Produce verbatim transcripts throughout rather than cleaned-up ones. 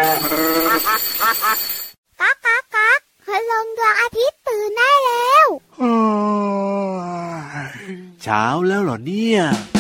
ก๊ากก๊ากก๊ากพลังดวงอาทิตย์ตื่นได้แล้วเช้าแล้วเหรอเนี่ย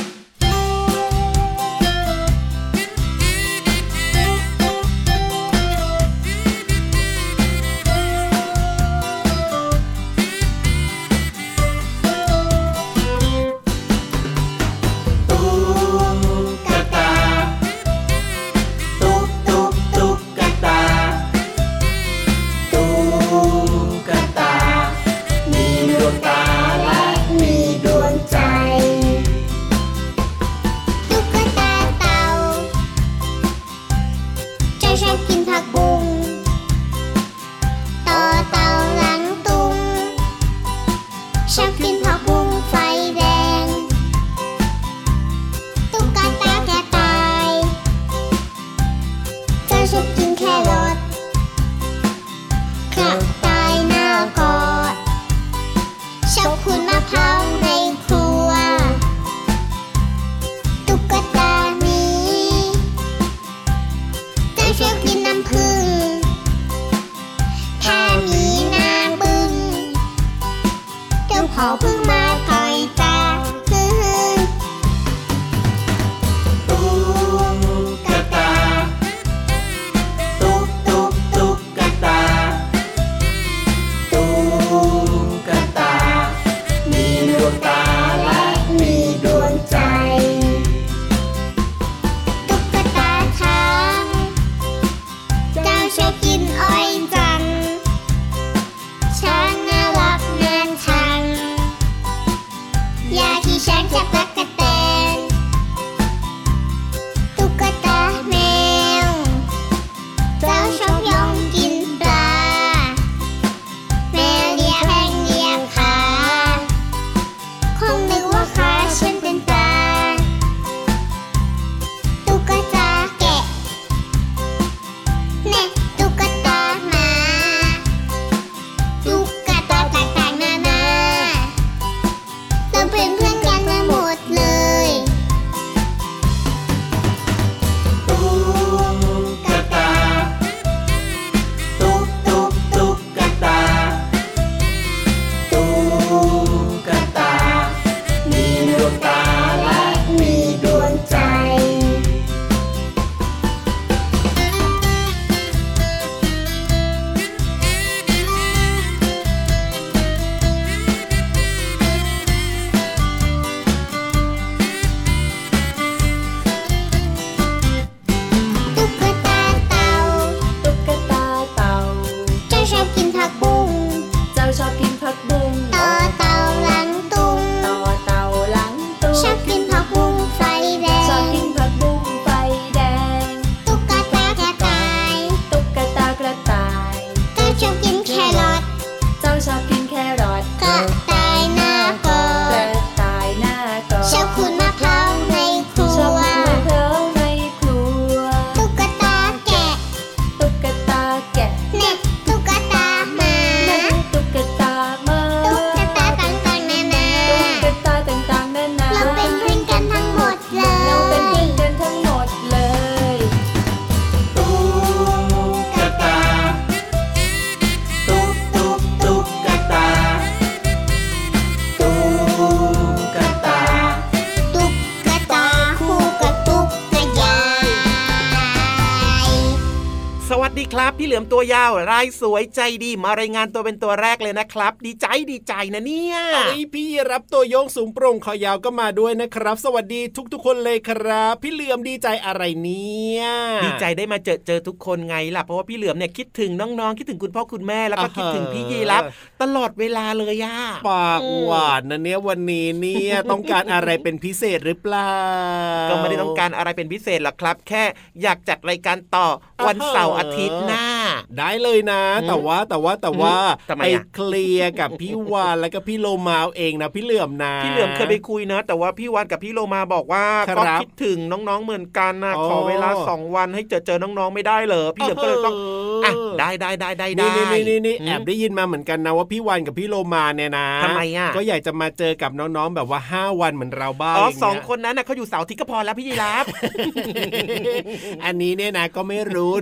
พี่เหลือมตัวยาวรายสวยใจดีมารายงานตัวเป็นตัวแรกเลยนะครับดีใจดีใจนะเนี่ยเอ้ยพี่รับตัวโยงสูงโปร่งคอยาวก็มาด้วยนะครับสวัสดีทุกๆคนเลยครับพี่เหลือมดีใจอะไรเนี่ยดีใจได้มาเจอเจอทุกคนไงล่ะเพราะว่าพี่เหลือมเนี่ยคิดถึงน้องๆคิดถึงคุณพ่อคุณแม่แล้วก็คิดถึงพี่ยีรับตลอดเวลาเลยย่าปากหวานนะเนี่ยวันนี้เนี่ยต้องการอะไรเป็นพิเศษหรือเปล่าก็ไม่ได้ต้องการอะไรเป็นพิเศษหรอกครับแค่อยากจัดรายการต่อวันเสาร์อาทิตย์หน้าได้เลยนะแต่ว่าแต่ว่าแต่ว่าไปเคลียร์กับพี่วานแล้วก็พี่โลมาเองนะพี่เหลือมนะพี่เหลือมเคยไปคุยนะแต่ว่าพี่วานกับพี่โลมาบอกว่าก็คิดถึงน้องๆเหมือนกันนะขอเวลาสองวันให้เจอเจอน้องๆไม่ได้เหรอพี่เหลือมก็เลยต้องอ่ะได้ได้ได้ได้ได้นี่นี่นี่แอบได้ยินมาเหมือนกันนะว่าพี่วานกับพี่โลมาเนี่ยนะทำไมอ่ะก็อยากจะมาเจอกับน้องๆแบบว่าห้าวันเหมือนเราบ้างอ๋อสองคนนั้นนะเขาอยู่เสาร์อาทิตย์ก็พอแล้วพี่ยีราฟอันนี้เนี่ยนะก็ไม่รู้นะเพราะ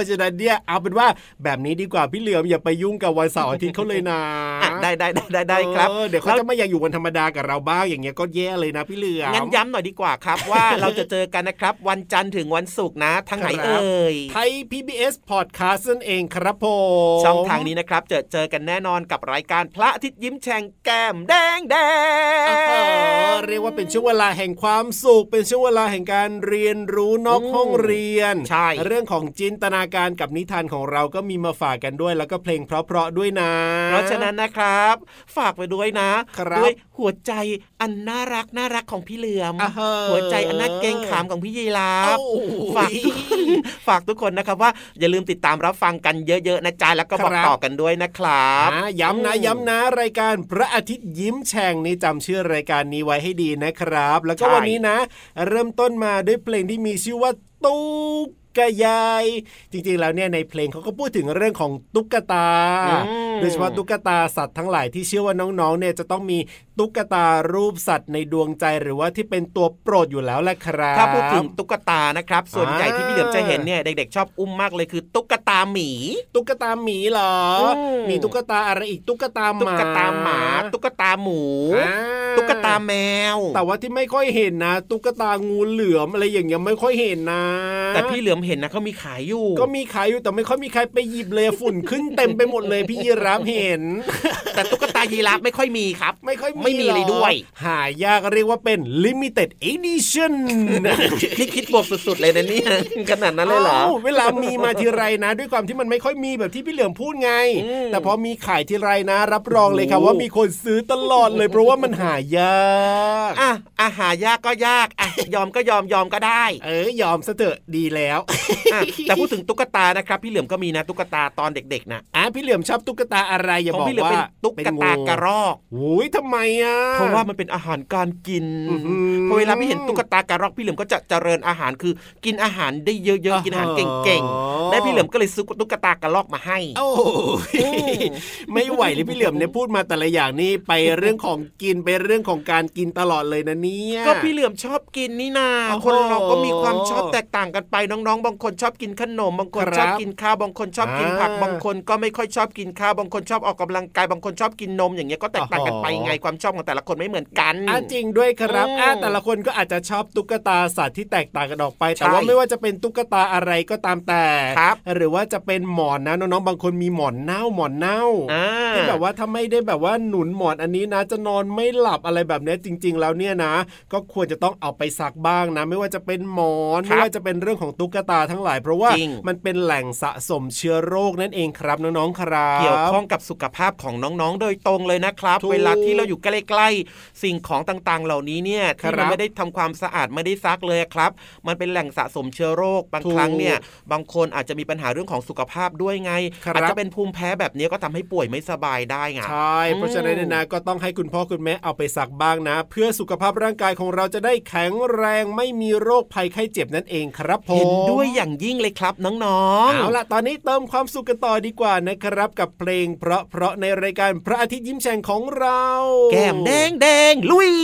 ราะฉะนั้นเนี่ยเอาเป็นว่าแบบนี้ดีกว่าพี่เหลือมอย่าไปยุ่งกับวันเสาร์อาทิตย์เขาเลยนะได้ได้ได้ได้ครับเดี๋ยวเขาจะไม่อยากอยู่วันธรรมดากับเราบ้างอย่างเงี้ยก็แย่เลยนะพี่เหลือมงั้นย้ำหน่อยดีกว่าครับว่าเราจะเจอกันนะครับวันจันทร์ถึงวันศุกร์นะทางไหนเอ่ยไทย พี บี เอส Podcast นั่นเองครับผมช่องทางนี้นะครับเจอเจอกันแน่นอนกับรายการพระอาทิตย์ยิ้มแฉ่งแก้มแดงแดงเรียกว่าเป็นช่วงเวลาแห่งความสุขเป็นช่วงเวลาแห่งการเรียนรู้นอกห้องเรียนใช่เรื่องของจินตนาการกับนิทานของเราก็มีมาฝากกันด้วยแล้วก็เพลงเพราะๆด้วยนะเพราะฉะนั้นนะครับฝากไปด้วยนะด้วยหัวใจอันน่ารักน่ารักของพี่เหลือมหัวใจอันน่าเกรงขามของพี่ยีราฟฝากฝากทุกคนนะครับว่าอย่าลืมติดตามรับฟังกันเยอะๆนะจ๊ะแล้วก็บอกต่อกันด้วยนะครับย้ำนะย้ำนะรายการพระอาทิตย์ยิ้มแฉ่งนี่จำชื่อรายการนี้ไว้ให้ดีนะครับแล้วก็วันนี้นะเริ่มต้นมาด้วยเพลงที่มีชื่อว่าตุ๊กกยายจริงๆแล้วเนี่ยในเพลงเขาก็พูดถึงเรื่องของตุ๊กตาโดยเฉพาะตุ๊กตาสัตว์ทั้งหลายที่เชื่อว่าน้องๆเนี่ยจะต้องมีตุ๊กตารูปสัตว์ในดวงใจหรือว่าที่เป็นตัวโปรดอยู่แล้วแหละครับถ้าพูดถึงตุ๊กตานะครับส่วนใหญ่ที่พี่เหลือมจะเห็นเนี่ยเด็กๆชอบอุ้มมากเลยคือตุ๊กตาหมีตุ๊กตาหมีเหรอมีตุ๊กตาอะไรอีกตุ๊กตาหมาตุ๊กตาหมาตุ๊กตาหมูตุ๊กตาแมวแต่ว่าที่ไม่ค่อยเห็นนะตุ๊กตางูเหลือมอะไรอย่างเงี้ยไม่ค่อยเห็นนะแต่พี่เหลือมเห็นนะเขามีขายอยู่ก็มีขายอยู่แต่ไม่ค่อยมีใครไปหยิบเลยฝุ่นขึ้นเต็มไปหมดเลยพี่ยีราฟเห็นแต่ตุ๊กตายีราฟไม่ค่อยมีครับไม่ค่อยไม่มีเลยด้วยหายากเรียกว่าเป็น limited edition นี่คิดบวกสุดๆเลยนะเนี่ยขนาดนั้นเลยเหรอเวลามีมาทีไรนะด้วยความที่มันไม่ค่อยมีแบบที่พี่เหลือมพูดไงแต่พอมีขายทีไรนะรับรองเลยครับว่ามีคนซื้อตลอดเลยเพราะว่ามันหายากอ่ะอาหายากก็ยากอ่ะยอมก็ยอมยอมก็ได้เออยอมซะเถอะดีแล้วแต่พูดถึงตุ๊กตานะครับพี่เหลือมก็มีนะตุ๊กตาตอนเด็กๆนะอ่ะพี่เหลือมชอบตุ๊กตาอะไรอย่าบอกว่าตุ๊กตากระรอกโอ้ยทำไมอ่ะเพราะว่ามันเป็นอาหารการกินพอเวลาพี่เห็นตุ๊กตากระรอกพี่เหลือมก็จะเจริญอาหารคือกินอาหารได้เยอะๆกินอาหารเก่งๆได้พี่เหลือมก็เลยซื้อตุ๊กตากระรอกมาให้โอ้ไม่ไหวเลยพี่เหลือมเนี่ยพูดมาแต่ละอย่างนี่ไปเรื่องของกินไปเรื่องของการกินตลอดเลยนะเนี่ยก็พี่เหลือมชอบกินนี่นาคนเราก็มีความชอบแตกต่างกันไปน้องๆบางคนชอบกินขนมบางคนชอบกินข้าวบางคนชอบกินผักบางคนก็ไม่ค่อยชอบกินข้าวบางคนชอบออกกำลังกายบางคนชอบกินนมอย่างเงี้ยก็แตกต่างกันไปไงความชอบของแต่ละคนไม่เหมือนกันอ่ะจริงด้วยครับอ่ะแต่ละคนก็อาจจะชอบตุ๊กตาสัตว์ที่แตกต่างกันออกไปแต่ว่าไม่ว่าจะเป็นตุ๊กตาอะไรก็ตามแต่หรือว่าจะเป็นหมอนนะน้องๆบางคนมีหมอนเน่าหมอนเน่าที่แบบว่าถ้าไม่ได้แบบว่าหนุนหมอนอันนี้นะจะนอนไม่หลับอะไรแบบนี้จริงๆแล้วเนี่ยนะก็ควรจะต้องเอาไปซักบ้างนะไม่ว่าจะเป็นหมอนไม่ว่าจะเป็นเรื่องของตุ๊กตาทั้งหลายเพราะว่ามันเป็นแหล่งสะสมเชื้อโรคนั่นเองครับน้องๆครับเกี่ยวข้องกับสุขภาพของน้องๆโดยตรงเลยนะครับเวลาที่เราอยู่ใกล้ๆสิ่งของต่างๆเหล่านี้เนี่ยที่มันไม่ได้ทำความสะอาดไม่ได้ซักเลยครับมันเป็นแหล่งสะสมเชื้อโรคบางครั้งเนี่ยบางคนอาจจะมีปัญหาเรื่องของสุขภาพด้วยไงอาจจะเป็นภูมิแพ้แบบนี้ก็ทำให้ป่วยไม่สบายได้ไงใช่เพราะฉะนั้นนะก็ต้องให้คุณพ่อคุณแม่เอาไปซักบ้างนะเพื่อสุขภาพร่างกายของเราจะได้แข็งแรงไม่มีโรคภัยไข้เจ็บนั่นเองครับผมเห็นด้วยอย่างยิ่งเลยครับน้องๆเอาล่ะตอนนี้เติมความสุขกันต่อดีกว่านะครับกับเพลงเพราะๆในรายการพระอาทิตย์ยิ้มแฉ่งของเราแก้มแดงแดงลุย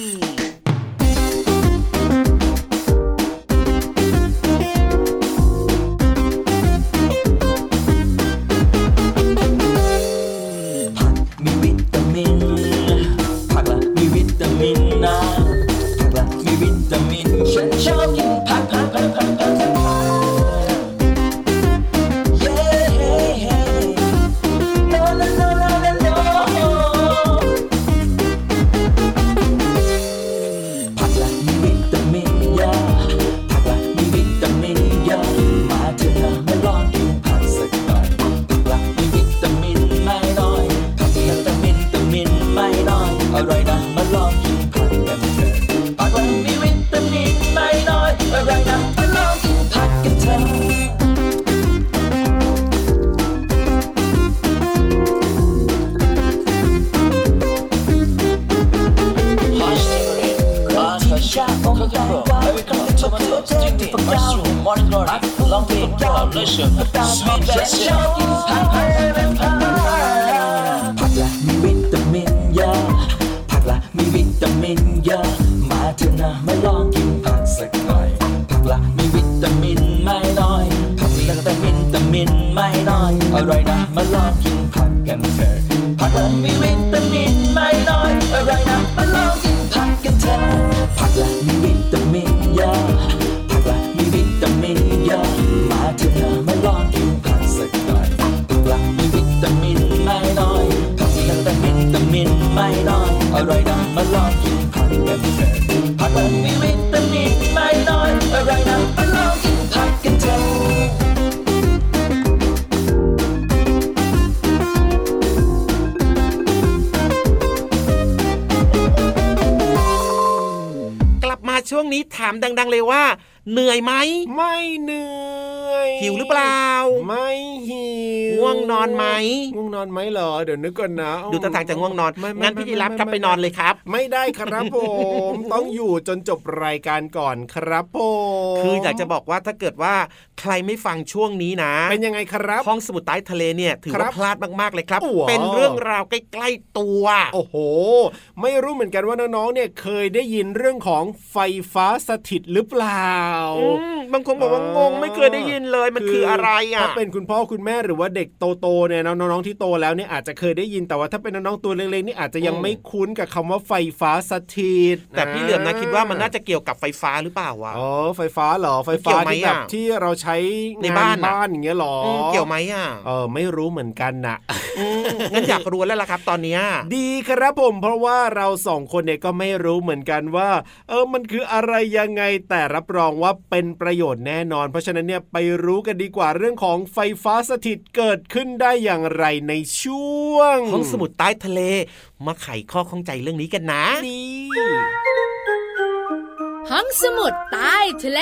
ผักมีวิตามินผักละมีวิตามินนะผักละมีวิตามินฉันชอบกินผักผักผักผักผักอร่อยนะมาลองกินผักกันเถอะผักละมีวิตามินไม่น้อยอร่อยนะมาลองกินผักกันเถอะฮัชทีเรนคาทาชาโอเคโปรเอริโกโทมาโตสติกมัชรูมมอร์นิ่งกลอรี่ลองกินดาวเลชั่นสวีทเดชชอบกินผักผักผักละมีวิตามินเยอะมีวิตามินเยอะมาเถอะนะมาลองกินผักสักหน่อยผักละมีวิตามินไม่น้อยผักมีวิตามินมินไม่น้อยอร่อยนะมาลองกินผักกันเถอะผักละมีวิตามินไม่น้อยอร่อยนะมาลองกินผักกันเถอะผักละมีวิตามินเยอะผักละมีวิตามินเยอะมาเถอะนะมาลองกินผักสักหน่อยผักละมีวิตามินไม่น้อยผักละแต่วิตามินไม่น้อยอร่อยนะมาลองกินผักกันเถอะผักละมีวิตามินไม่น้อยอร่อยนะมาลองกินผักกันเถอะช่วงนี้ถามดังๆเลยว่าเหนื่อยไหมไม่เหนื่อยหิวหรือเปล่าไม่หิวง่วงนอนไหมง่วงนอนไหมเหรอเดี๋ยวนึกก่อนนะดูท่าทางจะง่วงนอนงั้นพี่ยีรับกลับไปนอนเลยครับไม่ได้ครับผมต้องอยู่จนจบรายการก่อนครับผมคืออยากจะบอกว่าถ้าเกิดว่าใครไม่ฟังช่วงนี้นะเป็นยังไงครับห้องสมุดใต้ทะเลเนี่ยถือว่าพลาดมากๆเลยครับเป็นเรื่องราวใกล้ๆตัวโอ้โหไม่รู้เหมือนกันว่าน้องๆเนี่ยเคยได้ยินเรื่องของไฟฟ้าสถิตหรือเปล่าบางคนบอกว่างงไม่เคยได้ยินเลยมันคืออะไรอ่ะถ้าเป็นคุณพ่อคุณแม่หรือว่าเด็กโตๆเนี่ยน้องๆที่โตแล้วเนี่ยอาจจะเคยได้ยินแต่ว่าถ้าเป็นน้องๆตัวเล็กๆนี่อาจจะยังไม่คุ้นกับคำว่าไฟฟ้าสถิตแต่พี่เหลือมนะคิดว่ามันน่าจะเกี่ยวกับไฟฟ้าหรือเปล่าวะอ๋อไฟฟ้าเหรอไฟฟ้าที่แบบที่เราใช้ในบ้านบ้านอย่างเงี้ยหรอเกี่ยวไหมอ่ะเออไม่รู้เหมือนกันนะงั้นอยากรู้แล้วล่ะครับตอนนี้ดีครับผมเพราะว่าเราสองคนเนี่ยก็ไม่รู้เหมือนกันว่าเออมันคืออะไรยังไงแต่รับรองว่าเป็นประโยชน์แน่นอนเพราะฉะนั้นเนี่ยไปรู้กันดีกว่าเรื่องของไฟฟ้าสถิตเกิดขึ้นได้อย่างไรในช่วงห้องสมุดใต้ทะเลมาไขข้อข้องใจเรื่องนี้กันนะดีห้องสมุดใต้ทะเล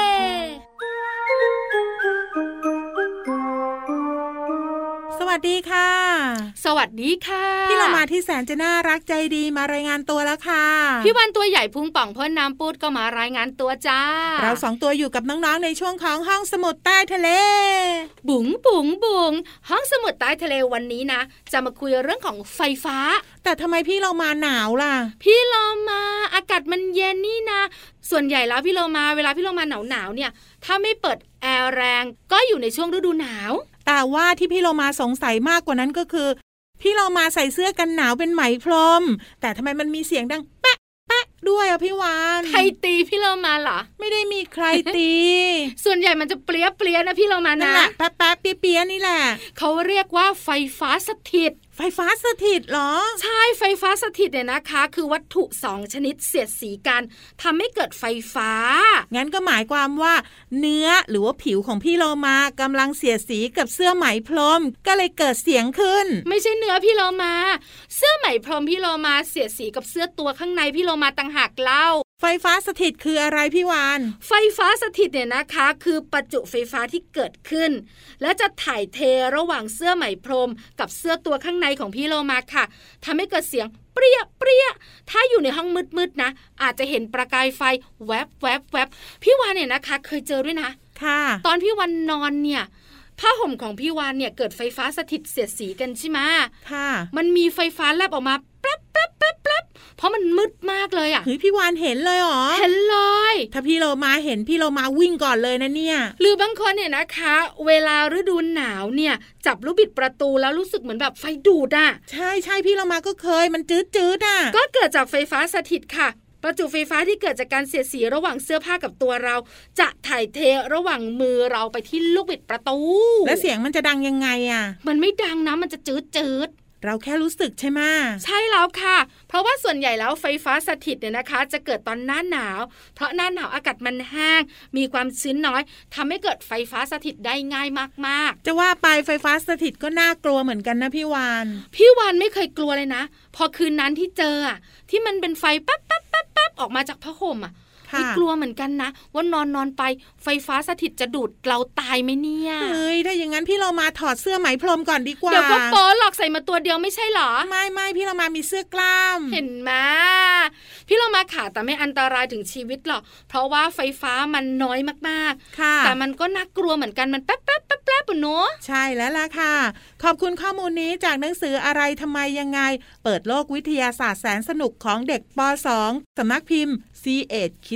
สวัสดีค่ะสวัสดีค่ะพี่เรามาที่แสนจะน่ารักใจดีมารายงานตัวแล้วค่ะพี่วันตัวใหญ่พุงป่องพ่นน้ำปูดก็มารายงานตัวจ้าเราสองตัวอยู่กับน้องๆในช่วงของห้องสมุดใต้ทะเลบุ๋งบุ๋งบุ๋งห้องสมุดใต้ทะเลวันนี้นะจะมาคุยเรื่องของไฟฟ้าแต่ทำไมพี่เรามาหนาวล่ะพี่เรามาอากาศมันเย็นนี่นะส่วนใหญ่แล้วพี่เรามาเวลาพี่เรามาหนาวๆเนี่ยถ้าไม่เปิดแอร์แรงก็อยู่ในช่วงฤดูหนาวแต่ว่าที่พี่เรามาสงสัยมากกว่านั้นก็คือพี่เรามาใส่เสื้อกันหนาวเป็นไหมพรมแต่ทำไมมันมีเสียงดังแป๊ะแป๊ะด้วยอ่ะพี่วานใครตีพี่เรามาเหรอไม่ได้มีใครตีส่วนใหญ่มันจะเปรี้ยเปรี้ยนะพี่เรามานะแป๊ะแป๊ะเปี้ยเปี้ยนี่แหละเขาเรียกว่าไฟฟ้าสถิตไฟฟ้าสถิตเหรอใช่ไฟฟ้าสถิตเนี่ยนะคะคือวัตถุสองชนิดเสียดสีกันทำให้เกิดไฟฟ้างั้นก็หมายความว่าเนื้อหรือว่าผิวของพี่โลมากำลังเสียดสีกับเสื้อไหมพรมก็เลยเกิดเสียงขึ้นไม่ใช่เนื้อพี่โลมาเสื้อไหมพรมพี่โลมาเสียดสีกับเสื้อตัวข้างในพี่โลมาต่างหากเล่าไฟฟ้าสถิตคืออะไรพี่วานไฟฟ้าสถิตเนี่ยนะคะคือประจุไฟฟ้าที่เกิดขึ้นและจะถ่ายเทระหว่างเสื้อไหมพรมกับเสื้อตัวข้างในของพี่โลมาค่ะทำให้เกิดเสียงเปรี้ยเปรี้ยถ้าอยู่ในห้องมืดๆนะอาจจะเห็นประกายไฟแวบแวบแวบพี่วานเนี่ยนะคะเคยเจอด้วยนะค่ะตอนพี่วานนอนเนี่ยผ้าห่มของพี่วานเนี่ยเกิดไฟฟ้าสถิตเสียดสีกันใช่ไหมค่ะมันมีไฟฟ้าแลบออกมาแป๊บแป๊บแป๊บแป๊บเพราะมันมืดมากเลยอ่ะเฮ้ยพี่วานเห็นเลยเหรอเห็นเลยถ้าพี่โลมาเห็นพี่โลมาวิ่งก่อนเลยนะเนี่ยหรือบางคนเนี่ยนะคะเวลาฤดูหนาวเนี่ยจับลูกบิดประตูแล้วรู้สึกเหมือนแบบไฟดูดอ่ะใช่ใช่พี่โลมาก็เคยมันจืดจืดอ่ะก็เกิดจากไฟฟ้าสถิตค่ะประจุไฟฟ้าที่เกิดจากการเสียดสีระหว่างเสื้อผ้ากับตัวเราจะถ่ายเทระหว่างมือเราไปที่ลูกบิดประตูแล้วเสียงมันจะดังยังไงอ่ะมันไม่ดังนะมันจะจืดจืดเราแค่รู้สึกใช่ไหมใช่แล้วค่ะเพราะว่าส่วนใหญ่แล้วไฟฟ้าสถิตเนี่ยนะคะจะเกิดตอนหน้าหนาวเพราะหน้าหนาวอากาศมันแห้งมีความชื้นน้อยทำให้เกิดไฟฟ้าสถิตได้ง่ายมากๆจะว่าไปไฟฟ้าสถิตก็น่ากลัวเหมือนกันนะพี่วานพี่วานไม่เคยกลัวเลยนะพอคืนนั้นที่เจออ่ะที่มันเป็นไฟแป๊บแป๊บแป๊บแป๊บออกมาจากผ้าห่มอ่ะไม่กลัวเหมือนกันนะว่านอนนอนไปไฟฟ้าสถิตจะดูดเราตายไหมเนี่ยเฮ้ยถ้าอย่างนั้นพี่เรามาถอดเสื้อไหมพรมก่อนดีกว่าเดี๋ยวก็โป๊หลอกใส่มาตัวเดียวไม่ใช่หรอไม่ไม่พี่เรามามีเสื้อกล้ามเห็นไหมพี่เรามาขาแต่ไม่อันตรายถึงชีวิตหรอกเพราะว่าไฟฟ้ามันน้อยมากๆแต่มันก็น่ากลัวเหมือนกันมันแป๊บแป๊บแป๊บแป๊บปุ่นเนาะใช่แล้วล่ะค่ะขอบคุณข้อมูลนี้จากหนังสืออะไรทำไมยังไงเปิดโลกวิทยาศาสตร์แสนสนุกของเด็กป .สอง สำนักพิมพ์ ซี เอ็ด Kids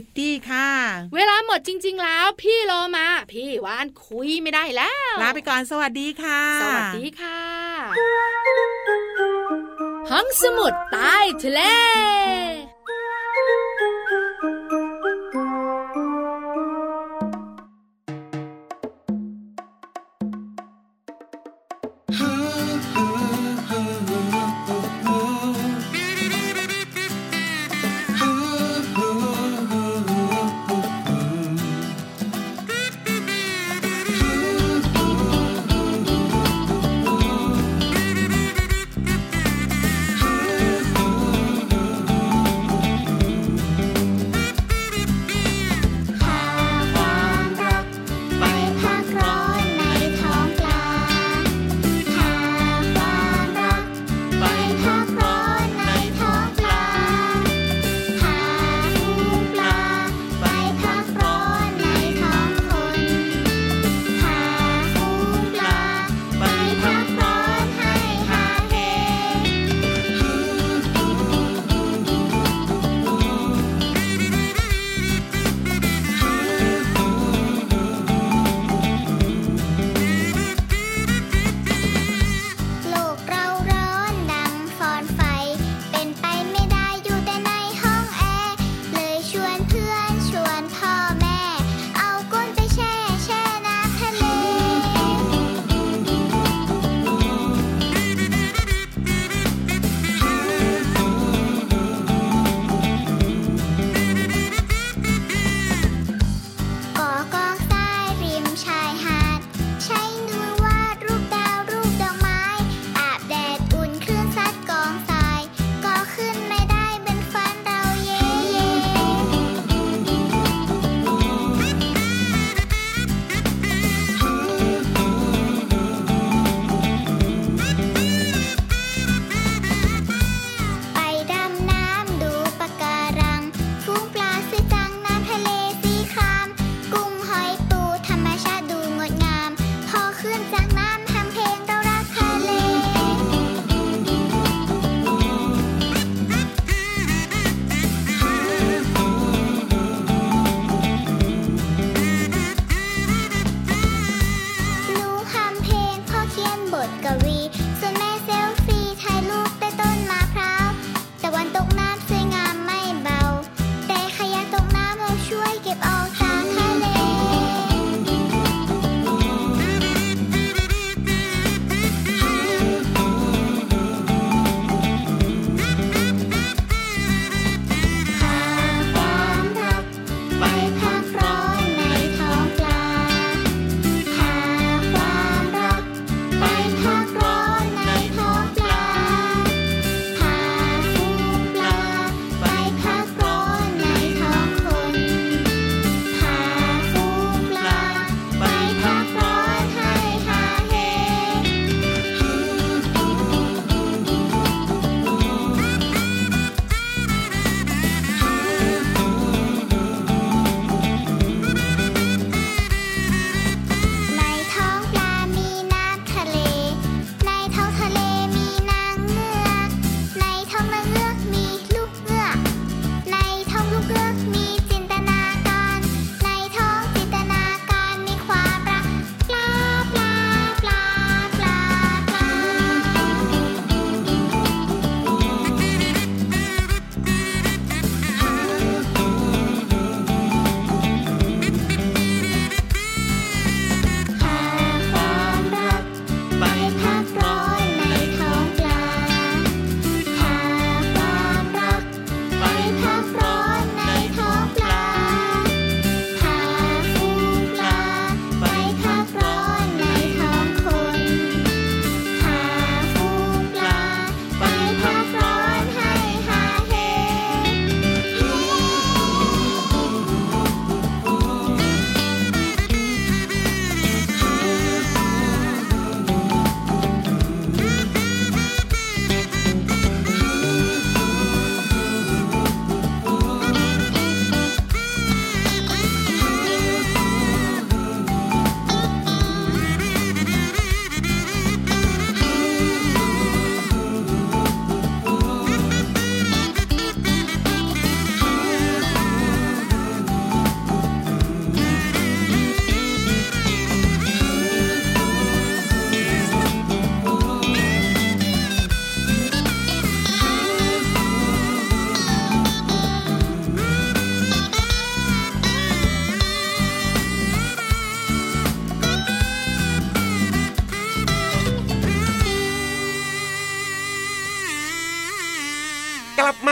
ตี้ค่ะเวลาหมดจริงๆแล้วพี่โลมาพี่วานคุยไม่ได้แล้วลาไปก่อนสวัสดีค่ะสวัสดีค่ะห้องสมุดใต้ทะเล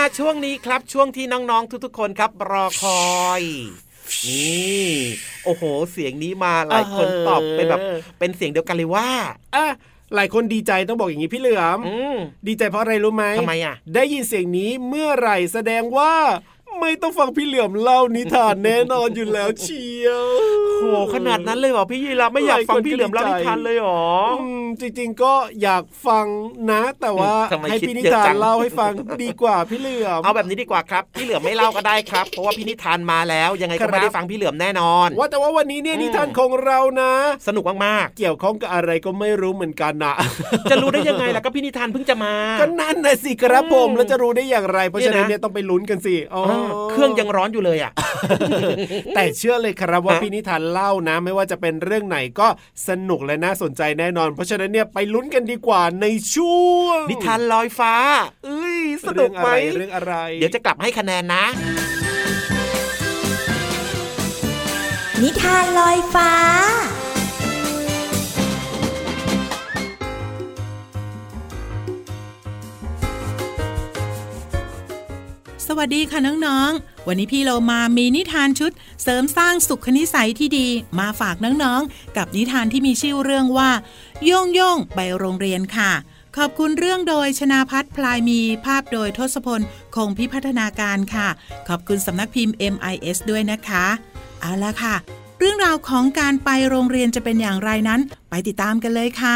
มาช่วงนี้ครับช่วงที่น้องๆทุกๆคนครับรอคอยนี่โอ้โหเสียงนี้มาหลายคนตอบเป็นแบบเป็นเสียงเดียวกันเลยว่าอ่ะหลายคนดีใจต้องบอกอย่างนี้พี่เหลือมดีใจเพราะอะไรรู้ไหมทำไมอ่ะได้ยินเสียงนี้เมื่อไหร่แสดงว่าไม่ต้องฟังพี่เหลือมเล่านิทานแน่นอนอยู่แล้วเชียวโหขนาดนั้นเลยเหรอพี่ยีราฟไม่อยากฟังพี่เหลือมเล่านิทานเลยเหรอจริงๆก็อยากฟังนะแต่ว่าให้พี่นิทานเล่าให้ฟังดีกว่าพี่เหลือมเอาแบบนี้ดีกว่าครับพี่เหลือมไม่เล่าก็ได้ครับเพราะว่าพี่นิทานมาแล้วยังไงก็ไม่ได้ฟังพี่เหลือมแน่นอนว่าแต่ว่าวันนี้เนี่ยนิทานของเรานะสนุกมากๆเกี่ยวข้องกับอะไรก็ไม่รู้เหมือนกันนะจะรู้ได้ยังไงล่ะก็พี่นิทานเพิ่งจะมาก็นั่นน่ะสิครับผมแล้วจะรู้ได้อย่างไรเพราะฉะนั้นเนี่ยต้องไปลุ้นกันสิอ๋อเครื่องยังร้อนอยู่เลยอ่ะแต่เชื่อเลยครับว่าพี่นิทานเล่านะไม่ว่าจะเป็นเรื่องไหนก็สนุกและน่าสนใจแน่นอนเพราะฉะนั้นเนี่ยไปลุ้นกันดีกว่าในช่วงนิทานลอยฟ้าเอ้ยสนุกไหมเรื่องอะไรเดี๋ยวจะกลับให้คะแนนนะนิทานลอยฟ้าสวัสดีค่ะน้องๆวันนี้พี่เรามามีนิทานชุดเสริมสร้างสุขนิสัยที่ดีมาฝากน้องๆกับนิทานที่มีชื่อเรื่องว่าโย่งโย่งไปโรงเรียนค่ะขอบคุณเรื่องโดยชนาภัทรพลายมีภาพโดยทศพลคงพิพัฒนาการค่ะขอบคุณสำนักพิมพ์ เอ็ม ไอ เอส ด้วยนะคะเอาละค่ะเรื่องราวของการไปโรงเรียนจะเป็นอย่างไรนั้นไปติดตามกันเลยค่ะ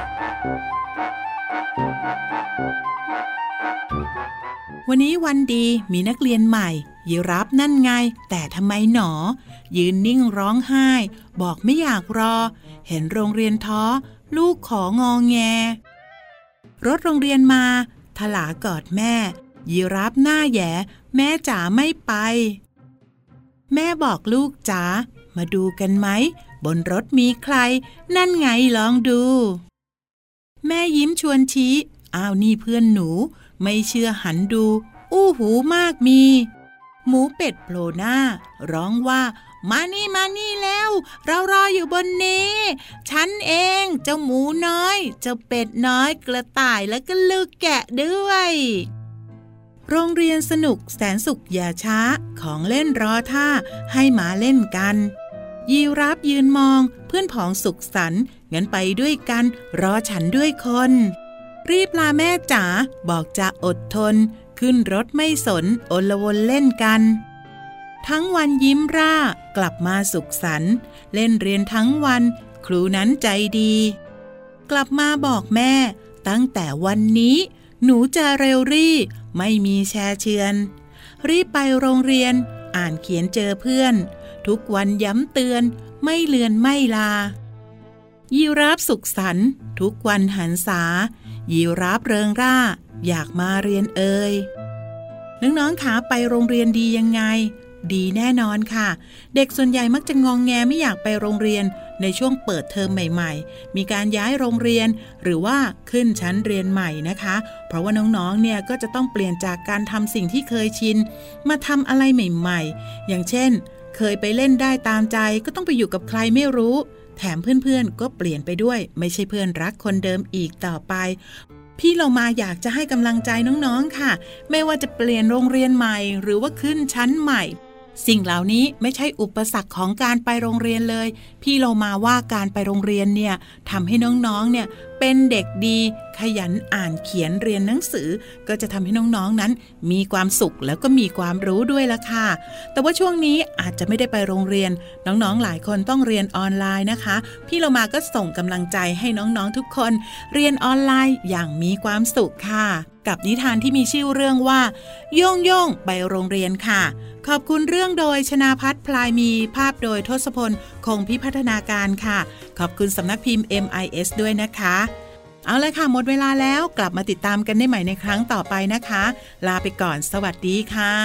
วันนี้วันดีมีนักเรียนใหม่ยีราฟนั่นไงแต่ทำไมหนอยืนนิ่งร้องไห้บอกไม่อยากรอเห็นโรงเรียนท้อลูกของอแงรถโรงเรียนมาทลากอดแม่ยีราฟหน้าแหย่แม่จ๋าไม่ไปแม่บอกลูกจ๋ามาดูกันไหมบนรถมีใครนั่นไงลองดูแม่ยิ้มชวนชี้อ้าวนี่เพื่อนหนูไม่เชื่อหันดูอู้หูมากมีหมูเป็ดโผล่หน้าร้องว่ามานี่มานี่แล้วเรารออยู่บนนี้ฉันเองเจ้าหมูน้อยเจ้าเป็ดน้อยกระต่ายและก็ลูกแกะด้วยโรงเรียนสนุกแสนสุขอย่าช้าของเล่นรอท่าให้หมาเล่นกันยีราฟยืนมองเพื่อนผองสุขสันต์งั้นไปด้วยกันรอฉันด้วยคนรีบลาแม่จ๋าบอกจะอดทนขึ้นรถไม่สนโอลวนเล่นกันทั้งวันยิ้มร่ากลับมาสุขสันต์เล่นเรียนทั้งวันครูนั้นใจดีกลับมาบอกแม่ตั้งแต่วันนี้หนูจะเร็วรี่ไม่มีแชเชือนรีบไปโรงเรียนอ่านเขียนเจอเพื่อนทุกวันย้ำเตือนไม่เลือนไม่ลายีราฟสุขสันต์ทุกวันหันษายีราฟเริงร่าอยากมาเรียนเอ่ยน้องๆขาไปโรงเรียนดียังไงดีแน่นอนค่ะเด็กส่วนใหญ่มักจะงองแงไม่อยากไปโรงเรียนในช่วงเปิดเทอมใหม่ๆมีการย้ายโรงเรียนหรือว่าขึ้นชั้นเรียนใหม่นะคะเพราะว่าน้องๆเนี่ยก็จะต้องเปลี่ยนจากการทำสิ่งที่เคยชินมาทำอะไรใหม่ๆอย่างเช่นเคยไปเล่นได้ตามใจก็ต้องไปอยู่กับใครไม่รู้แถมเพื่อนๆก็เปลี่ยนไปด้วยไม่ใช่เพื่อนรักคนเดิมอีกต่อไปพี่เรามาอยากจะให้กำลังใจน้องๆค่ะไม่ว่าจะเปลี่ยนโรงเรียนใหม่หรือว่าขึ้นชั้นใหม่สิ่งเหล่านี้ไม่ใช่อุปสรรคของการไปโรงเรียนเลยพี่เรามาว่าการไปโรงเรียนเนี่ยทำให้น้องๆเนี่ยเป็นเด็กดีขยันอ่านเขียนเรียนหนังสือก็จะทำให้น้องๆนั้นมีความสุขแล้วก็มีความรู้ด้วยละค่ะแต่ว่าช่วงนี้อาจจะไม่ได้ไปโรงเรียนน้องๆหลายคนต้องเรียนออนไลน์นะคะพี่เรามาก็ส่งกำลังใจให้น้องๆทุกคนเรียนออนไลน์อย่างมีความสุขค่ะกับนิทานที่มีชื่อเรื่องว่าโย่งโย่งไปโรงเรียนค่ะขอบคุณเรื่องโดยชนาภัทรพลายมีภาพโดยทศพลคงพิพัฒนาการค่ะขอบคุณสำนักพิมพ์ เอ็ม ไอ เอส ด้วยนะคะเอาเลยค่ะหมดเวลาแล้วกลับมาติดตามกันได้ใหม่ในครั้งต่อไปนะคะลาไปก่อนสวัสดีค่ะ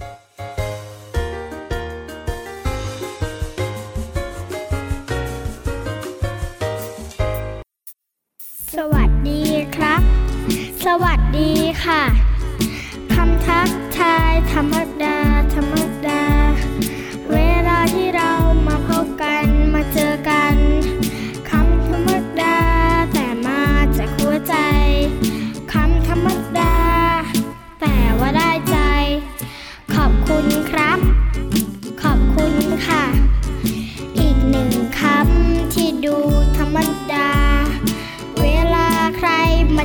สวัสดีครับสวัสดีค่ะคำทักทายธรรมดาธรรมดาเวลาที่เรามาพบกันมาเจอกันคำธรรมดาแต่มาจากหัวใจคำธรรมดาแต่ว่าได้ใจ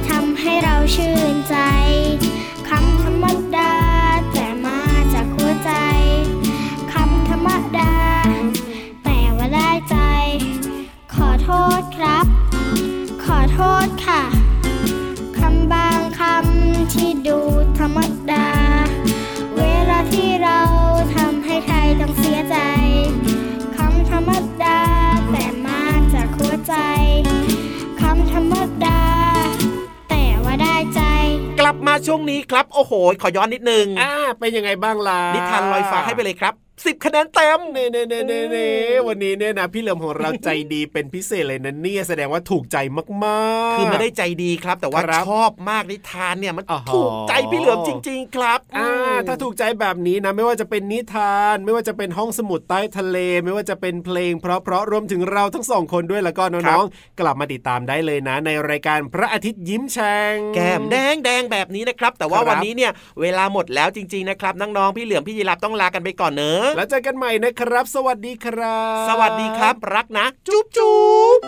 ทำให้เราชื่นใจคำธรรมดาแต่มาจากหัวใจคำธรรมดาแต่ว่าได้ใจขอโทษครับขอโทษค่ะคำบางคำที่ดูธรรมดาเวลาที่เราทำให้ใครต้องเสียใจคำธรรมดาแต่มาจากหัวใจคำธรรมดาแต่ว่าได้ใจกลับมาช่วงนี้ครับโอ้โหขอย้อนนิดนึงอ่าเป็นยังไงบ้างล่ะนิทานลอยฟ้าให้ไปเลยครับสิบคะแนนเต็มเน่เน่เน่เน่เน่วันนี้เนี่ยนะพี่เหลิมของเราใจดีเป็นพิเศษเลยนะเนี่ยแสดงว่าถูกใจมากๆคือไม่ได้ใจดีครับแต่ว่าชอบมากนิทานเนี่ยมันถูกใจพี่เหลิมจริงๆครับอ่าถ้าถูกใจแบบนี้นะไม่ว่าจะเป็นนิทานไม่ว่าจะเป็นห้องสมุดใต้ทะเลไม่ว่าจะเป็นเพลงเพราะๆรวมถึงเราทั้งสองคนด้วยแล้วก็น้องๆกลับมาติดตามได้เลยนะในรายการพระอาทิตย์ยิ้มแฉ่งแก้มแดงแดงแบบนี้นะครับแต่ว่าวันนี้เนี่ยเวลาหมดแล้วจริงๆนะครับน้องๆพี่เหลิมพี่ยีรับต้องลากันไปก่อนเนอะแล้วเจอกันใหม่นะครับสวัสดีครับสวัสดีครับรักนะจุ๊บจุ๊บ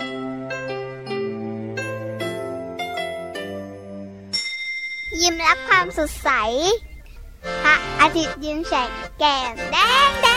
ยิ้มรับความสดใสพระอาทิตย์ยิ้มแฉกแก้มแดงแด